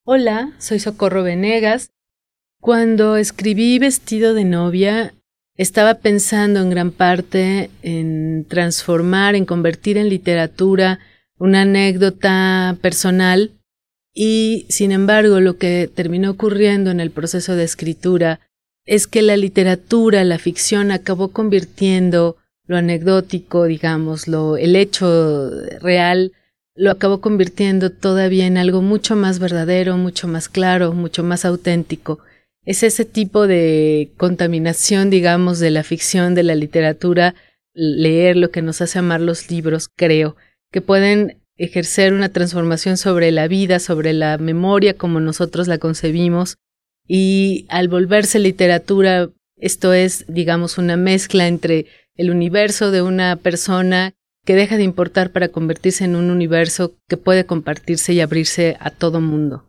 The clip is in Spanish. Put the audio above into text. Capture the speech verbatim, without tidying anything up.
Hola, soy Socorro Venegas. Cuando escribí Vestido de novia, estaba pensando en gran parte en transformar, en convertir en literatura una anécdota personal y, sin embargo, lo que terminó ocurriendo en el proceso de escritura es que la literatura, la ficción, acabó convirtiendo lo anecdótico, digámoslo, el hecho real, lo acabó convirtiendo todavía en algo mucho más verdadero, mucho más claro, mucho más auténtico. Es ese tipo de contaminación, digamos, de la ficción, de la literatura, leer lo que nos hace amar los libros, creo, que pueden ejercer una transformación sobre la vida, sobre la memoria como nosotros la concebimos, y al volverse literatura, esto es, digamos, una mezcla entre el universo de una persona que deja de importar para convertirse en un universo que puede compartirse y abrirse a todo mundo.